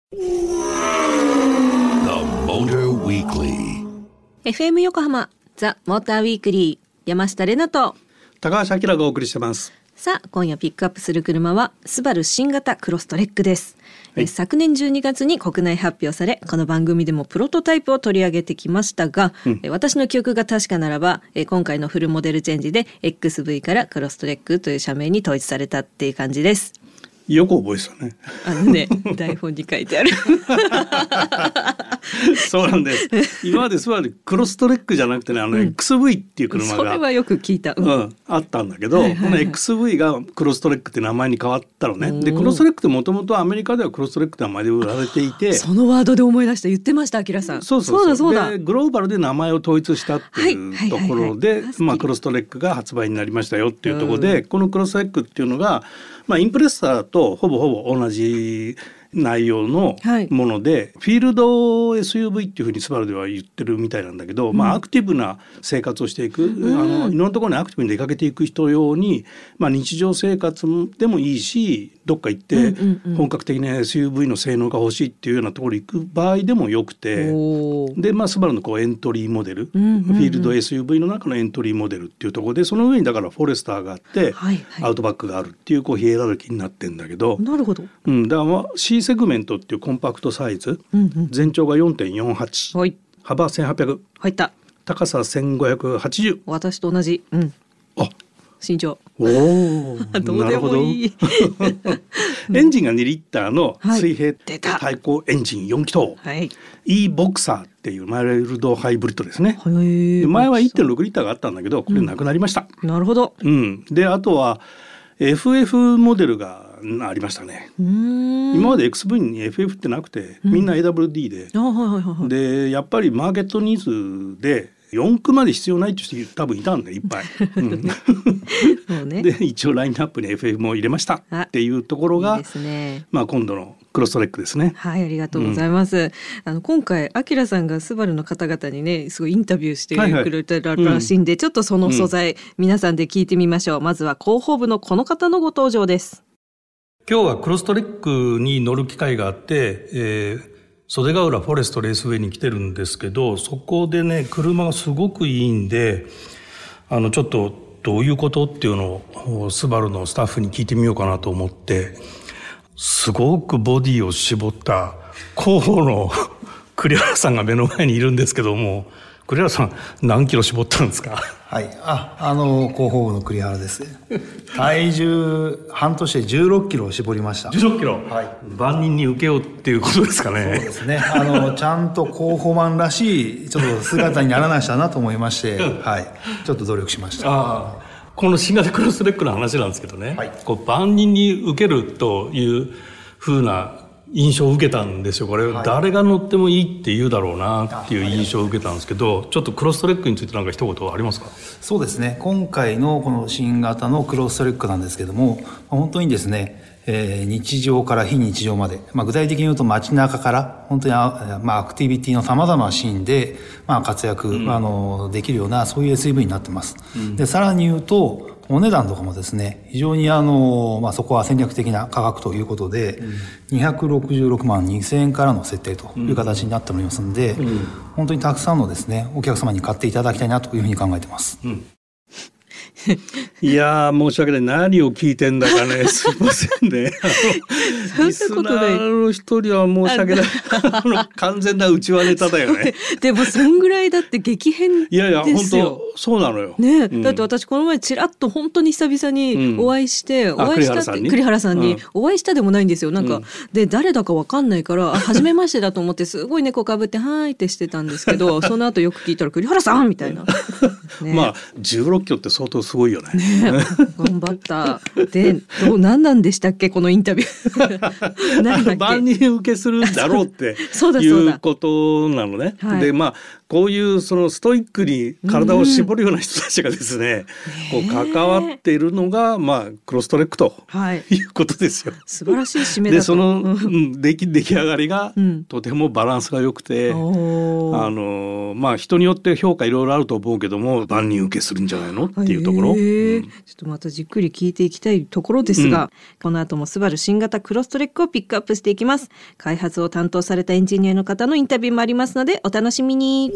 FM 横浜ザ・モーターウィークリー、山下れなと高橋明がお送りしてます。 さあ、今夜ピックアップする車はスバル新型クロストレックです。昨年12月に国内発表され、この番組でもプロトタイプを取り上げてきましたが、私の記憶が確かならば、今回のフルモデルチェンジで XV からクロストレックという社名に統一されたっていう感じです。 よく覚えてたね。 台本に書いてあるそうなんです。今までスバルクロストレックじゃなくてね、XV っていう車が、 それはよく聞いた、 あったんだけど、この XV がクロストレックって名前に変わったのね。でクロストレックってもともとアメリカではクロストレックって名前で売られていて、 そのワードで思い出した、言ってました、明さん。そうだでグローバルで名前を統一したっていうところで、クロストレックが発売になりましたよっていうところで、このクロストレックっていうのがインプレッサーとほぼ同じ内容のもので、フィールド SUV っていうふうにスバルでは言ってるみたいなんだけど、アクティブな生活をしていく、いろんなところにアクティブに出かけていく人用に、日常生活でもいいし、どっか行って本格的な SUV の性能が欲しいっていうようなところに行く場合でもよくて、でスバルのエントリーモデル、フィールド SUV の中のエントリーモデルっていうところで、その上にだからフォレスターがあって、アウトバックがあるっていうヒエラルキーになってるんだけど、 なるほど、 だからC セグメントっていうコンパクトサイズ、全長が 4.48、幅1800、高さ1580、 私と同じ、身長どうでもいいエンジンが2リッターの水平対向エンジン4気筒、E ボクサーっていうマイルドハイブリッドですね。前は 1.6 リッターがあったんだけど、これなくなりました。 なるほど。 であとは FF モデルがありましたね。今まで XV に FF ってなくて、みんな AWD で、でやっぱりマーケットニーズで4駆まで必要ないっていう人多分いたんで、いっぱいで一応ラインナップに FF も入れましたっていうところが、いいですね。今度のクロストレックですね。 ありがとうございます。今回明さんがスバルの方々にね、すごいインタビューしてくれてるらしいんで、ちょっとその素材、皆さんで聞いてみましょう。まずは広報部のこの方のご登場です。 今日はクロストレックに乗る機会があって、袖ヶ浦フォレストレースウェイに来てるんですけど、そこでね、車がすごくいいんで、ちょっとどういうことっていうのをスバルのスタッフに聞いてみようかなと思って、すごくボディを絞った広報の栗原さんが目の前にいるんですけども、栗原さん何キロ絞ったんですか？ 広報部の栗原です。体重半年で16キロ絞りました。 16キロ、万人に受けようっていうことですかね。 そうですね。ちゃんと広報マンらしいちょっと姿にならなしたなと思いまして、ちょっと努力しました。 この新型クロストレックの話なんですけどね、万人に受けるという風な印象を受けたんですよ。これ、誰が乗ってもいいって言うだろうなっていう印象を受けたんですけど、ちょっとクロストレックについて何か一言ありますか？ そうですね。今回のこの新型のクロストレックなんですけども、本当にですね、日常から非日常まで、具体的に言うと街中から本当にアクティビティの様々なシーンで活躍、できるようなそういう SUV になってます。でさらに言うとお値段とかもですね、非常にそこは戦略的な価格ということで、266万2000円からの設定という形になっておりますので、本当にたくさんのですね、お客様に買っていただきたいなというふうに考えています。 いや申し訳ない、何を聞いてんだかね、すいませんね。リスナーの一人は申し訳ない。完全な内輪ネタだよね。 でもそんぐらいだって激変ですよ。 本当そうなのよ。 だって私この前ちらっと本当に久々にお会いして、栗原さんにお会いしたでもないんですよ。で誰だか分かんないから初めましてだと思ってすごい猫かぶってはーいってしてたんですけど、その後よく聞いたら栗原さんみたいな。 16キロって相当すごいよね。 頑張った。で何なんでしたっけこのインタビュー。 万人受けするんだろうっていうことなのね。でこういうそのストイックに体を絞るような人たちがですね、関わっているのがクロストレックということですよ。 素晴らしい締めだと。 でその出来上がりがとてもバランスが良くて、人によって評価いろいろあると思うけども、万人受けするんじゃないのっていいうところ、 ちょっとまたじっくり聞いていきたいところですが、この後もスバル新型クロストレックをピックアップしていきます。開発を担当されたエンジニアの方のインタビューもありますのでお楽しみに。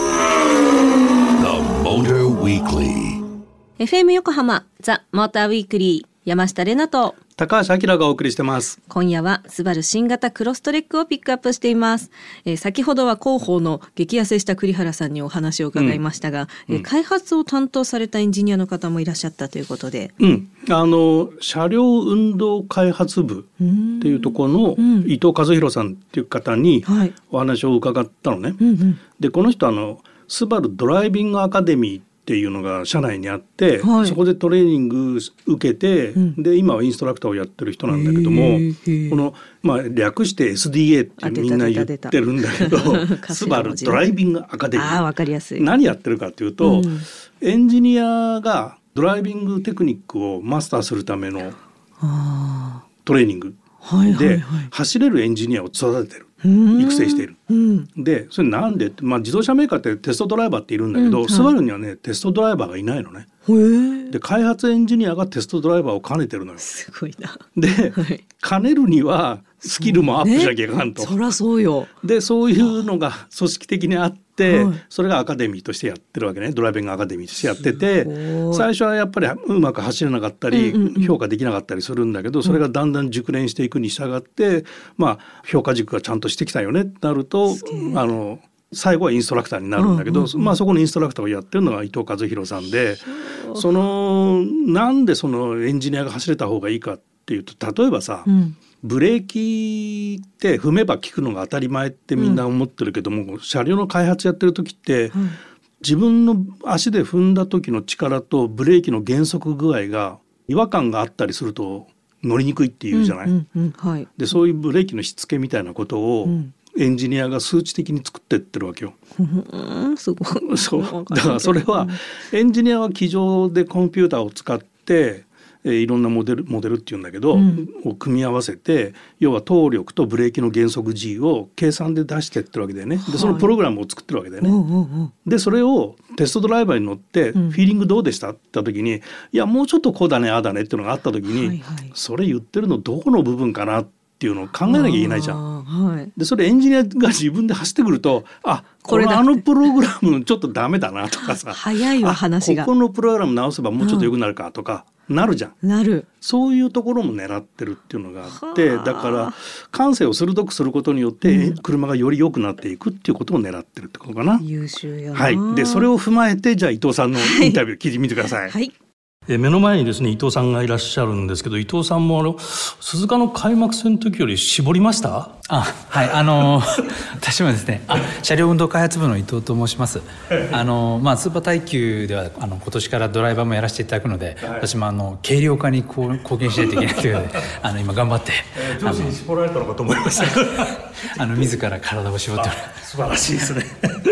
FM 横浜ザ・モーターウィークリー、山下玲奈と高橋明がお送りしてます。 今夜はスバル新型クロストレックをピックアップしています。先ほどは広報の激痩せした栗原さんにお話を伺いましたが、開発を担当されたエンジニアの方もいらっしゃったということで、 車両運動開発部っていうところの伊藤和弘さんっていう方にお話を伺ったのね。でこの人スバルドライビングアカデミーっていうのが社内にあって、そこでトレーニング受けて、で今はインストラクターをやってる人なんだけども、この、略して SDA ってみんな言ってるんだけどスバルドライビングアカデミー、 わかりやすい。 何やってるかというと、エンジニアがドライビングテクニックをマスターするためのトレーニングで、走れるエンジニアを育ててる、育成している。でそれなんでって、自動車メーカーってテストドライバーっているんだけど、スバルにはねテストドライバーがいないのね。で開発エンジニアがテストドライバーを兼ねてるのよ。 すごいな。 で、兼ねるにはスキルもアップしなきゃいかんと。 そりゃそうよ。 でそういうのが組織的にあって、それがアカデミーとしてやってるわけね。ドライビングアカデミーとしてやってて、最初はやっぱりうまく走れなかったり、評価できなかったりするんだけど、それがだんだん熟練していくに従って、評価軸がちゃんとしてきたよねってなると、最後はインストラクターになるんだけど、そこのインストラクターをやってるのが伊藤和弘さんで、なんでそのエンジニアが走れた方がいいかっていうと、例えばさ、ブレーキって踏めば効くのが当たり前ってみんな思ってるけども、車両の開発やってる時って、自分の足で踏んだ時の力とブレーキの減速具合が違和感があったりすると乗りにくいっていうじゃない。でそういうブレーキのしつけみたいなことを、エンジニアが数値的に作ってってるわけよ。 すごい。 そうだからそれはエンジニアは机上でコンピューターを使っていろんなモデルっていうんだけど、を組み合わせて、要は動力とブレーキの減速 G を計算で出してってるわけだよね。でそのプログラムを作ってるわけだよね。でそれをテストドライバーに乗ってフィーリングどうでしたって言った時に、いやもうちょっとこうだねああだねっていうのがあった時に、それ言ってるのどこの部分かなっていうのを考えなきゃいけないじゃん。でそれエンジニアが自分で走ってくると、このプログラムちょっとダメだなとかさ、 早いわ話が。 ここのプログラム直せばもうちょっと良くなるかとか、なるじゃん。 なる。 そういうところも狙ってるっていうのがあって、だから感性を鋭くすることによって車がより良くなっていくっていうことを狙ってるってことかな。 優秀やな。 でそれを踏まえて、じゃあ伊藤さんのインタビュー聞いてみてください。 目の前にですね伊藤さんがいらっしゃるんですけど、伊藤さんも鈴鹿の開幕戦の時より絞りました？ 私もですね、車両運動開発部の伊藤と申します。スーパー耐久では今年からドライバーもやらせていただくので、私も軽量化に貢献しないといけないというので今頑張って上司に絞られたのかと思いました自ら体を絞っております。 素晴らしいですね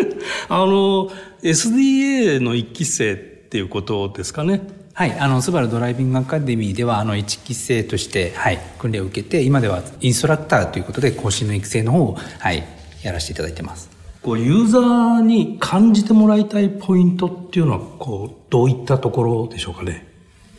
SDA の1期生っていうことですかね。 スバルドライビングアカデミーでは1期生として、訓練を受けて、今ではインストラクターということで後進の育成の方を、やらせていただいてます。 ユーザーに感じてもらいたいポイントっていうのはどういったところでしょうかね。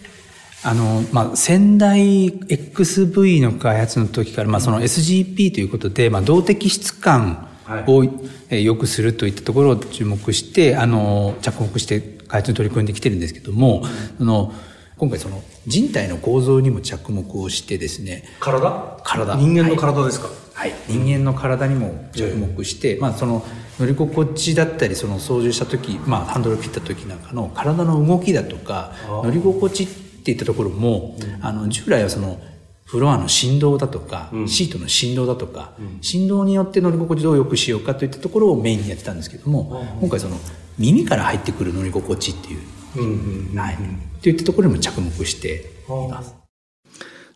先代 XV の開発の時から、その SGP ということで、動的質感を良くするといったところを注目して、着目して開発に取り組んできてるんですけども、今回その人体の構造にも着目をしてですね。 体人間の体ですか？ 人間の体にも着目して、その乗り心地だったり、その操縦した時、ハンドルを切った時なんかの体の動きだとか乗り心地っていったところも、従来はそのフロアの振動だとか、シートの振動だとか、振動によって乗り心地を良くしようかといったところをメインにやってたんですけども、今回その耳から入ってくる乗り心地っていう、といったところにも着目しています。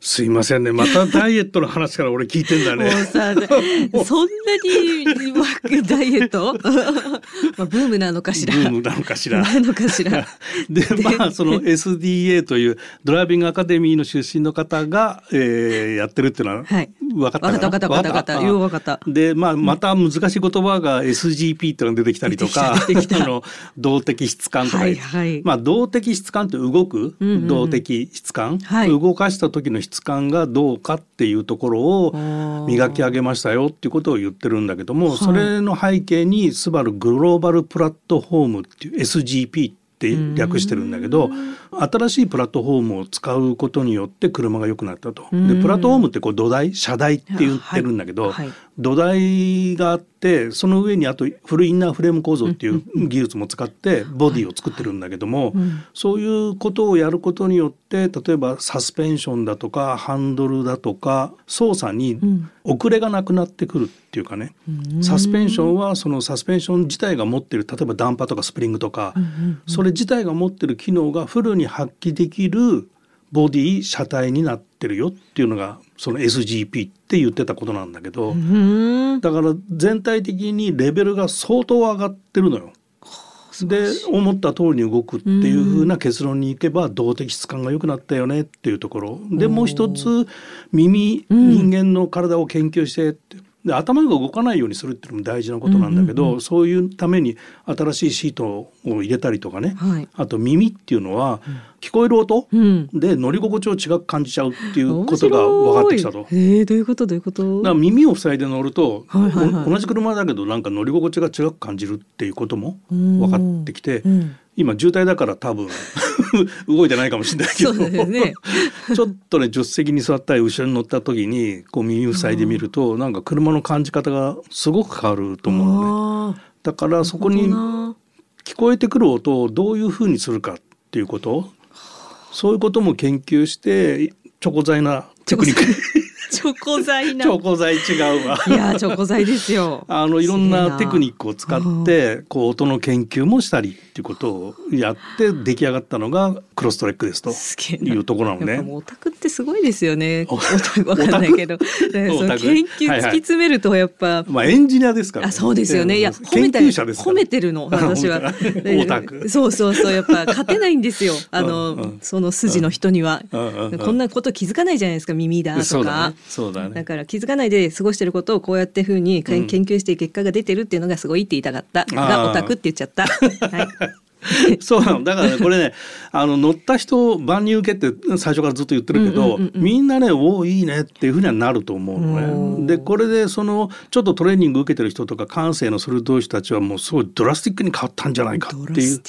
すいませんね、またダイエットの話から俺聞いてんだね。 もうさそんなにダイエットまあブームなのかしら。 ブームなのかしら。 なのかしら。 でまあその SDA というドライビングアカデミーの出身の方が、やってるっていうのは分かったかな。 分かったよう分かった。 でまあまた難しい言葉が SGP っていうのが出てきたりとか動的質感とか、 はいはい、 まあ動的質感って動く、動的質感、はい、動かした時の質感がどうかっていうところを磨き上げましたよっていうことを言ってるんだけども、はい、それの背景にスバルグローバルプラットフォームっていう SGP って略してるんだけど、新しいプラットフォームを使うことによって車が良くなったと。でプラットフォームってこう土台車台って言ってるんだけど、はいはい、土台があってその上にあとフルインナーフレーム構造っていう技術も使ってボディを作ってるんだけども、そういうことをやることによって例えばサスペンションだとかハンドルだとか操作に遅れがなくなってくるっていうかね、サスペンションはそのサスペンション自体が持ってる例えばダンパーとかスプリングとか、それ自体が持ってる機能がフルに発揮できるボディ車体になってるよっていうのがその SGP って言ってたことなんだけど、だから全体的にレベルが相当上がってるのよ。で思った通りに動くっていう風な結論に行けば動的質感が良くなったよねっていうところで、もう一つ人間の体を研究してってで頭が動かないようにするっていうのも大事なことなんだけど、そういうために新しいシートを入れたりとかね、はい、あと耳っていうのは聞こえる音で乗り心地を違く感じちゃうっていうことが分かってきたと。 どういうことどういうこと？ だから耳を塞いで乗ると、同じ車だけどなんか乗り心地が違く感じるっていうことも分かってきて、今渋滞だから多分動いてないかもしれないけど、ね、ちょっとね助手席に座ったり後ろに乗った時にこう耳塞いでみるとなんか車の感じ方がすごく変わると思うのね。だからそこに聞こえてくる音をどういうふうにするかっていうこと、そういうことも研究してチョコ材なテクニックチョコ材なチョコ材違うわいやチョコ材ですよいろんなテクニックを使ってこう音の研究もしたりっていうことをやって出来上がったのがクロストレックですというところなのね。 やっぱオタクってすごいですよね。オタクわかんないけどその研究突き詰めるとやっぱ、 まあ、エンジニアですから、ね、 そうですよね。いや研究者ですから、 褒めてるの私はオタクそうやっぱ勝てないんですよその筋の人には、こんなこと気づかないじゃないですか。耳だとかそうだね。 だから気づかないで過ごしてることをこうやって風に研究して結果が出てるっていうのがすごいって言いたかったがオタクって言っちゃった、はいそうなの。だからねこれね乗った人万人受けって最初からずっと言ってるけど、みんなねおいいねっていうふうにはなると思うのね。でこれでちょっとトレーニング受けてる人とか感性の鋭い人たちはもうすごいドラスティックに変わったんじゃないかっていう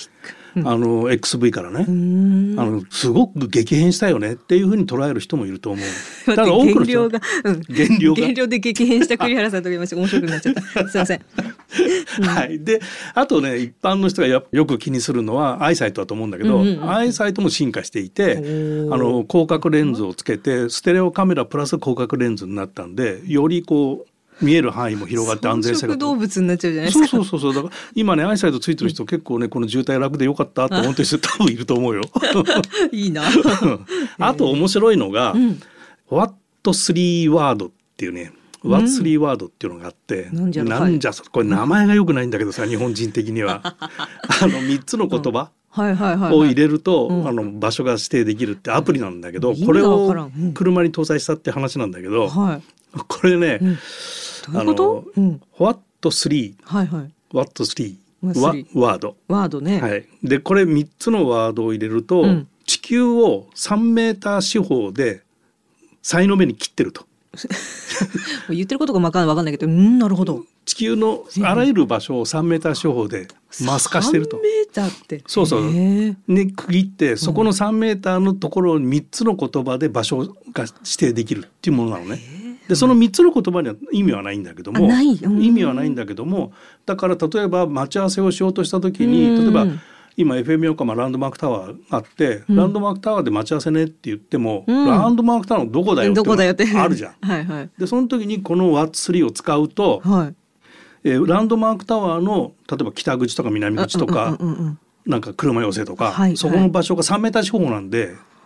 XV からねすごく激変したよねっていうふうに捉える人もいると思う。 だから多くの人減量で激変した栗原さんと言いました。面白くなっちゃったすいませんはい、であとね一般の人がよく気にするのはアイサイトだと思うんだけど、アイサイトも進化していて広角レンズをつけてステレオカメラプラス広角レンズになったんでよりこう見える範囲も広がって安全性が。 草食動物になっちゃうじゃないですか。 そうだから今ねアイサイトついてる人結構ねこの渋滞楽でよかったと思ってる人多分いると思うよいいなあと面白いのが、What 3ワードっていうねWhat 3ワードっていうのがあって、なんじゃこれ名前が良くないんだけどさ日本人的には3つの言葉を入れると場所が指定できるってアプリなんだけど、これを車に搭載したって話なんだけど、これね、 どういうこと？ What 3 What 3ワードね、はい、でこれ3つのワードを入れると、地球を3メーター四方で才の目に切ってると言ってることが分かんないけど、なるほど。 地球のあらゆる場所を3メーター四方でマス化してると。3 メーターってそうね区切ってそこの3メーターのところに3つの言葉で場所が指定できるっていうものなのね。でその3つの言葉には意味はないんだけども、意味はないんだけども、だから例えば待ち合わせをしようとした時に例えば今 FM 横浜ランドマークタワーがあって、ランドマークタワーで待ち合わせねって言っても、ランドマークタワーのどこだよってあるじゃんでその時にこの What3 を使うと、ランドマークタワーの例えば北口とか南口とか、なんか車寄せとか、そこの場所が3メーター四方なんで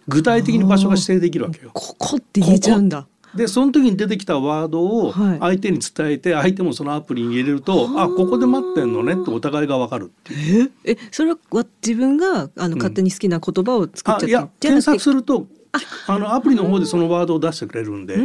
具体的に場所が指定できるわけよ。 ここって言えちゃうんだ。 でその時に出てきたワードを相手に伝えて、相手もそのアプリに入れると、あ、ここで待ってんのねってお互いが分かるっていう。 それは自分が勝手に好きな言葉を作っちゃって、 いや検索するとアプリの方でそのワードを出してくれるんで。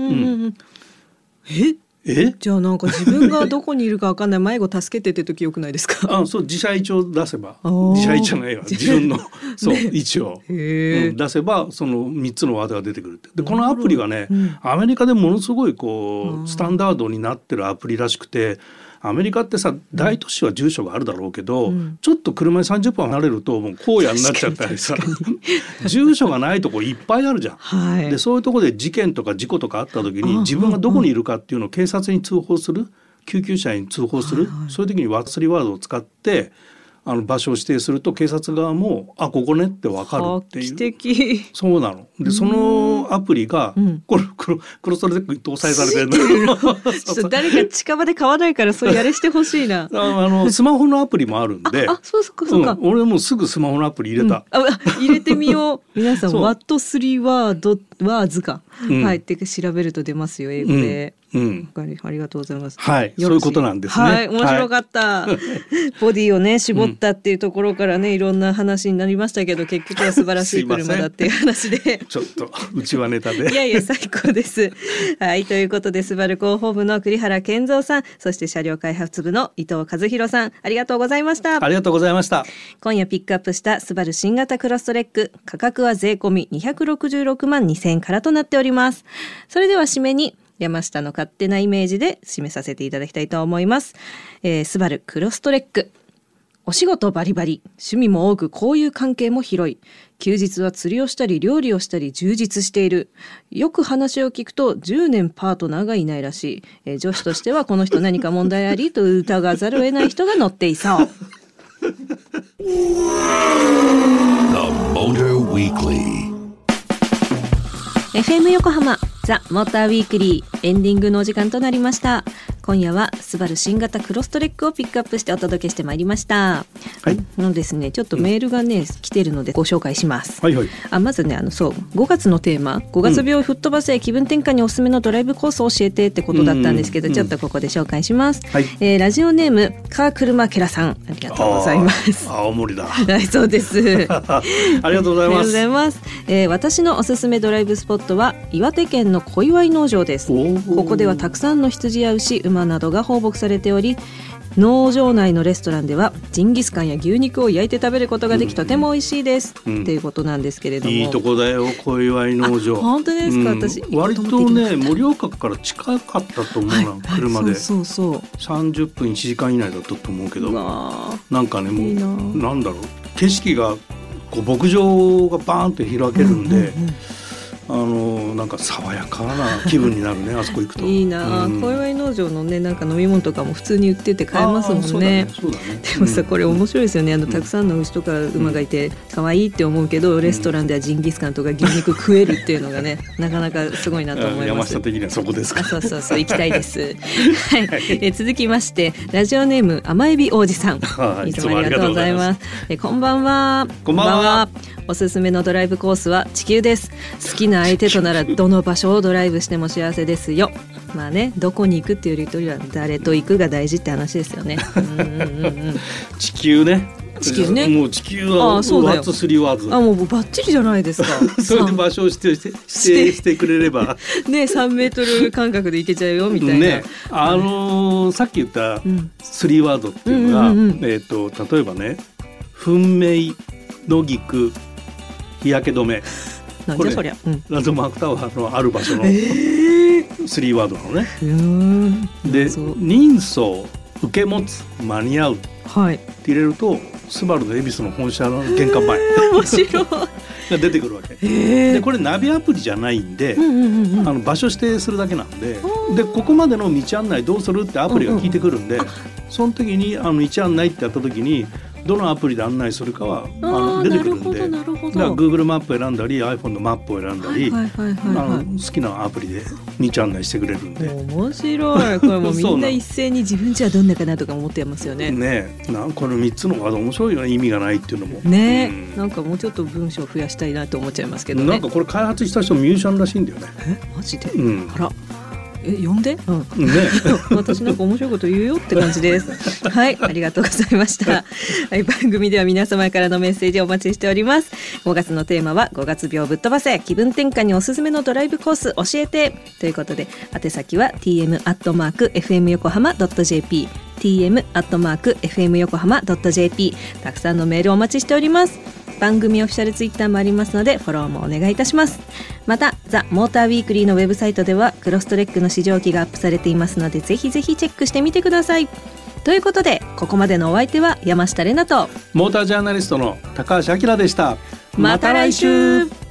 じゃあなんか自分がどこにいるか分かんない迷子助けてって時よくないですか？ そう、自社位置を出せば、自社位置じゃないわ、自分のそう位置を、出せばその3つのワードが出てくるって。でこのアプリがね、アメリカでものすごいこうスタンダードになってるアプリらしくて、アメリカってさ、大都市は住所があるだろうけど、ちょっと車で30分離れるともう荒野になっちゃったりさ住所がないとこいっぱいあるじゃん、でそういうとこで事件とか事故とかあった時に自分がどこにいるかっていうのを警察に通報する、救急車に通報する、そういう時にワッツリワードを使って場所を指定すると警察側もここねって分かるっていう。 画期的。 そうなの。でそのアプリがクロストレックに搭載されてるの誰か近場で買わないからそれやれしてほしいなスマホのアプリもあるんで。 そうか、 俺もすぐスマホのアプリ入れた、 入れてみよう皆さんワット3ワーズか、って調べると出ますよ、英語で。ありがとうございます。 そういうことなんですね。 面白かった。ボディをね絞ったっていうところからね、いろんな話になりましたけど、結局は素晴らしい車だっていう話でちょっとうちはネタでいや最高です。ということで、スバル広報部の栗原健三さん、そして車両開発部の伊藤和弘さん、ありがとうございました。 ありがとうございました。 今夜ピックアップしたスバル新型クロストレック、価格は税込み266万2000円からとなっております。それでは締めに山下の勝手なイメージで締めさせていただきたいと思います。スバルクロストレック、お仕事バリバリ、趣味も多く交友関係も広い、休日は釣りをしたり料理をしたり充実している。よく話を聞くと10年パートナーがいないらしい。女子としてはこの人何か問題ありと疑わざるを得ない人が乗っていそう。The Motor Weekly FM 横浜ザ・モーターウィークリー、エンディングのお時間となりました。今夜はスバル新型クロストレックをピックアップしてお届けしてまいりました。のですね、ちょっとメールがね、来てるのでご紹介します。まずね、5月のテーマ、5月病を吹っ飛ばせ、気分転換におすすめのドライブコースを教えてってことだったんですけど、ちょっとここで紹介します。ラジオネームカークルマケラさん、ありがとうございます。 青森だ。 そうですありがとうございます。 ありがとうございます。私のおすすめドライブスポットは岩手県の小岩井農場です。ここではたくさんの羊や牛、馬などが放牧されており、農場内のレストランではジンギスカンや牛肉を焼いて食べることができ、とても美味しいです、ということなんですけれども。 いいとこだよ、小岩井農場。 本当ですか？私割とね、盛岡から近かったと思うな、車で。30分1時間以内だったと思うけど、なんかね、もうなんだろう、景色がこう牧場がバーンって開けるんで、なんか爽やかな気分になるねあそこ行くと。いいな、 小岩井農場のね、なんか飲み物とかも普通に売ってて買えますもんね。でもさ、これ面白いですよね。たくさんの牛とか馬がいて可愛いって思うけど、レストランではジンギスカンとか牛肉食えるっていうのがね、なかなかすごいなと思います。 山下的にはそこですか？ そう行きたいです。続きましてラジオネーム甘エビ王子さん、いつもありがとうございます。こんばんは。おすすめのドライブコースは地球です。好きな相手とならどの場所をドライブしても幸せですよ。まあね、どこに行くっていうよりは誰と行くが大事って話ですよね。 地球ね。もう地球はワッツ3ワーズ。 もうバッチリじゃないですか。 それで場所を指定してくれればね、3メートル間隔で行けちゃうよみたいな、 ね。さっき言った3ワードっていうのが、例えばね、噴鳴、野菊、日焼け止め、 なんじゃそりゃ、 ランドマークタワーのある場所の3ワードなのね。で、人相、受け持つ、間に合うって入れると、スバルの恵比寿の本社の玄関前面白いが出てくるわけ。でこれナビアプリじゃないんで、場所指定するだけなんで、ここまでの道案内どうするってアプリが聞いてくるんで、その時に道案内ってやった時にどのアプリで案内するかは出てくるんで、だから Google マップを選んだり iPhone のマップを選んだり、好きなアプリで道案内してくれるんで。 面白い。これもうみんな一斉に自分家はどんなかなとか思ってますよね。 この3つのワード面白いよね。意味がないっていうのもね、なんかもうちょっと文章増やしたいなと思っちゃいますけどね。 なんかこれ開発した人ミュージシャンらしいんだよね。 マジで、あら呼んで、私なんか面白いこと言うよって感じですはい、ありがとうございました、はい、番組では皆様からのメッセージをお待ちしております。5月のテーマは5月病ぶっ飛ばせ、気分転換におすすめのドライブコース教えてということで、宛先は tm@fmyokohama.jp tm@fmyokohama.jp たくさんのメールをお待ちしております。番組オフィシャルツイッターもありますのでフォローもお願いいたします。またザ・モーターウィークリーのウェブサイトではクロストレックの試乗機がアップされていますので、ぜひぜひチェックしてみてください。ということでここまでのお相手は山下玲奈とモータージャーナリストの高橋明でした。 また来週。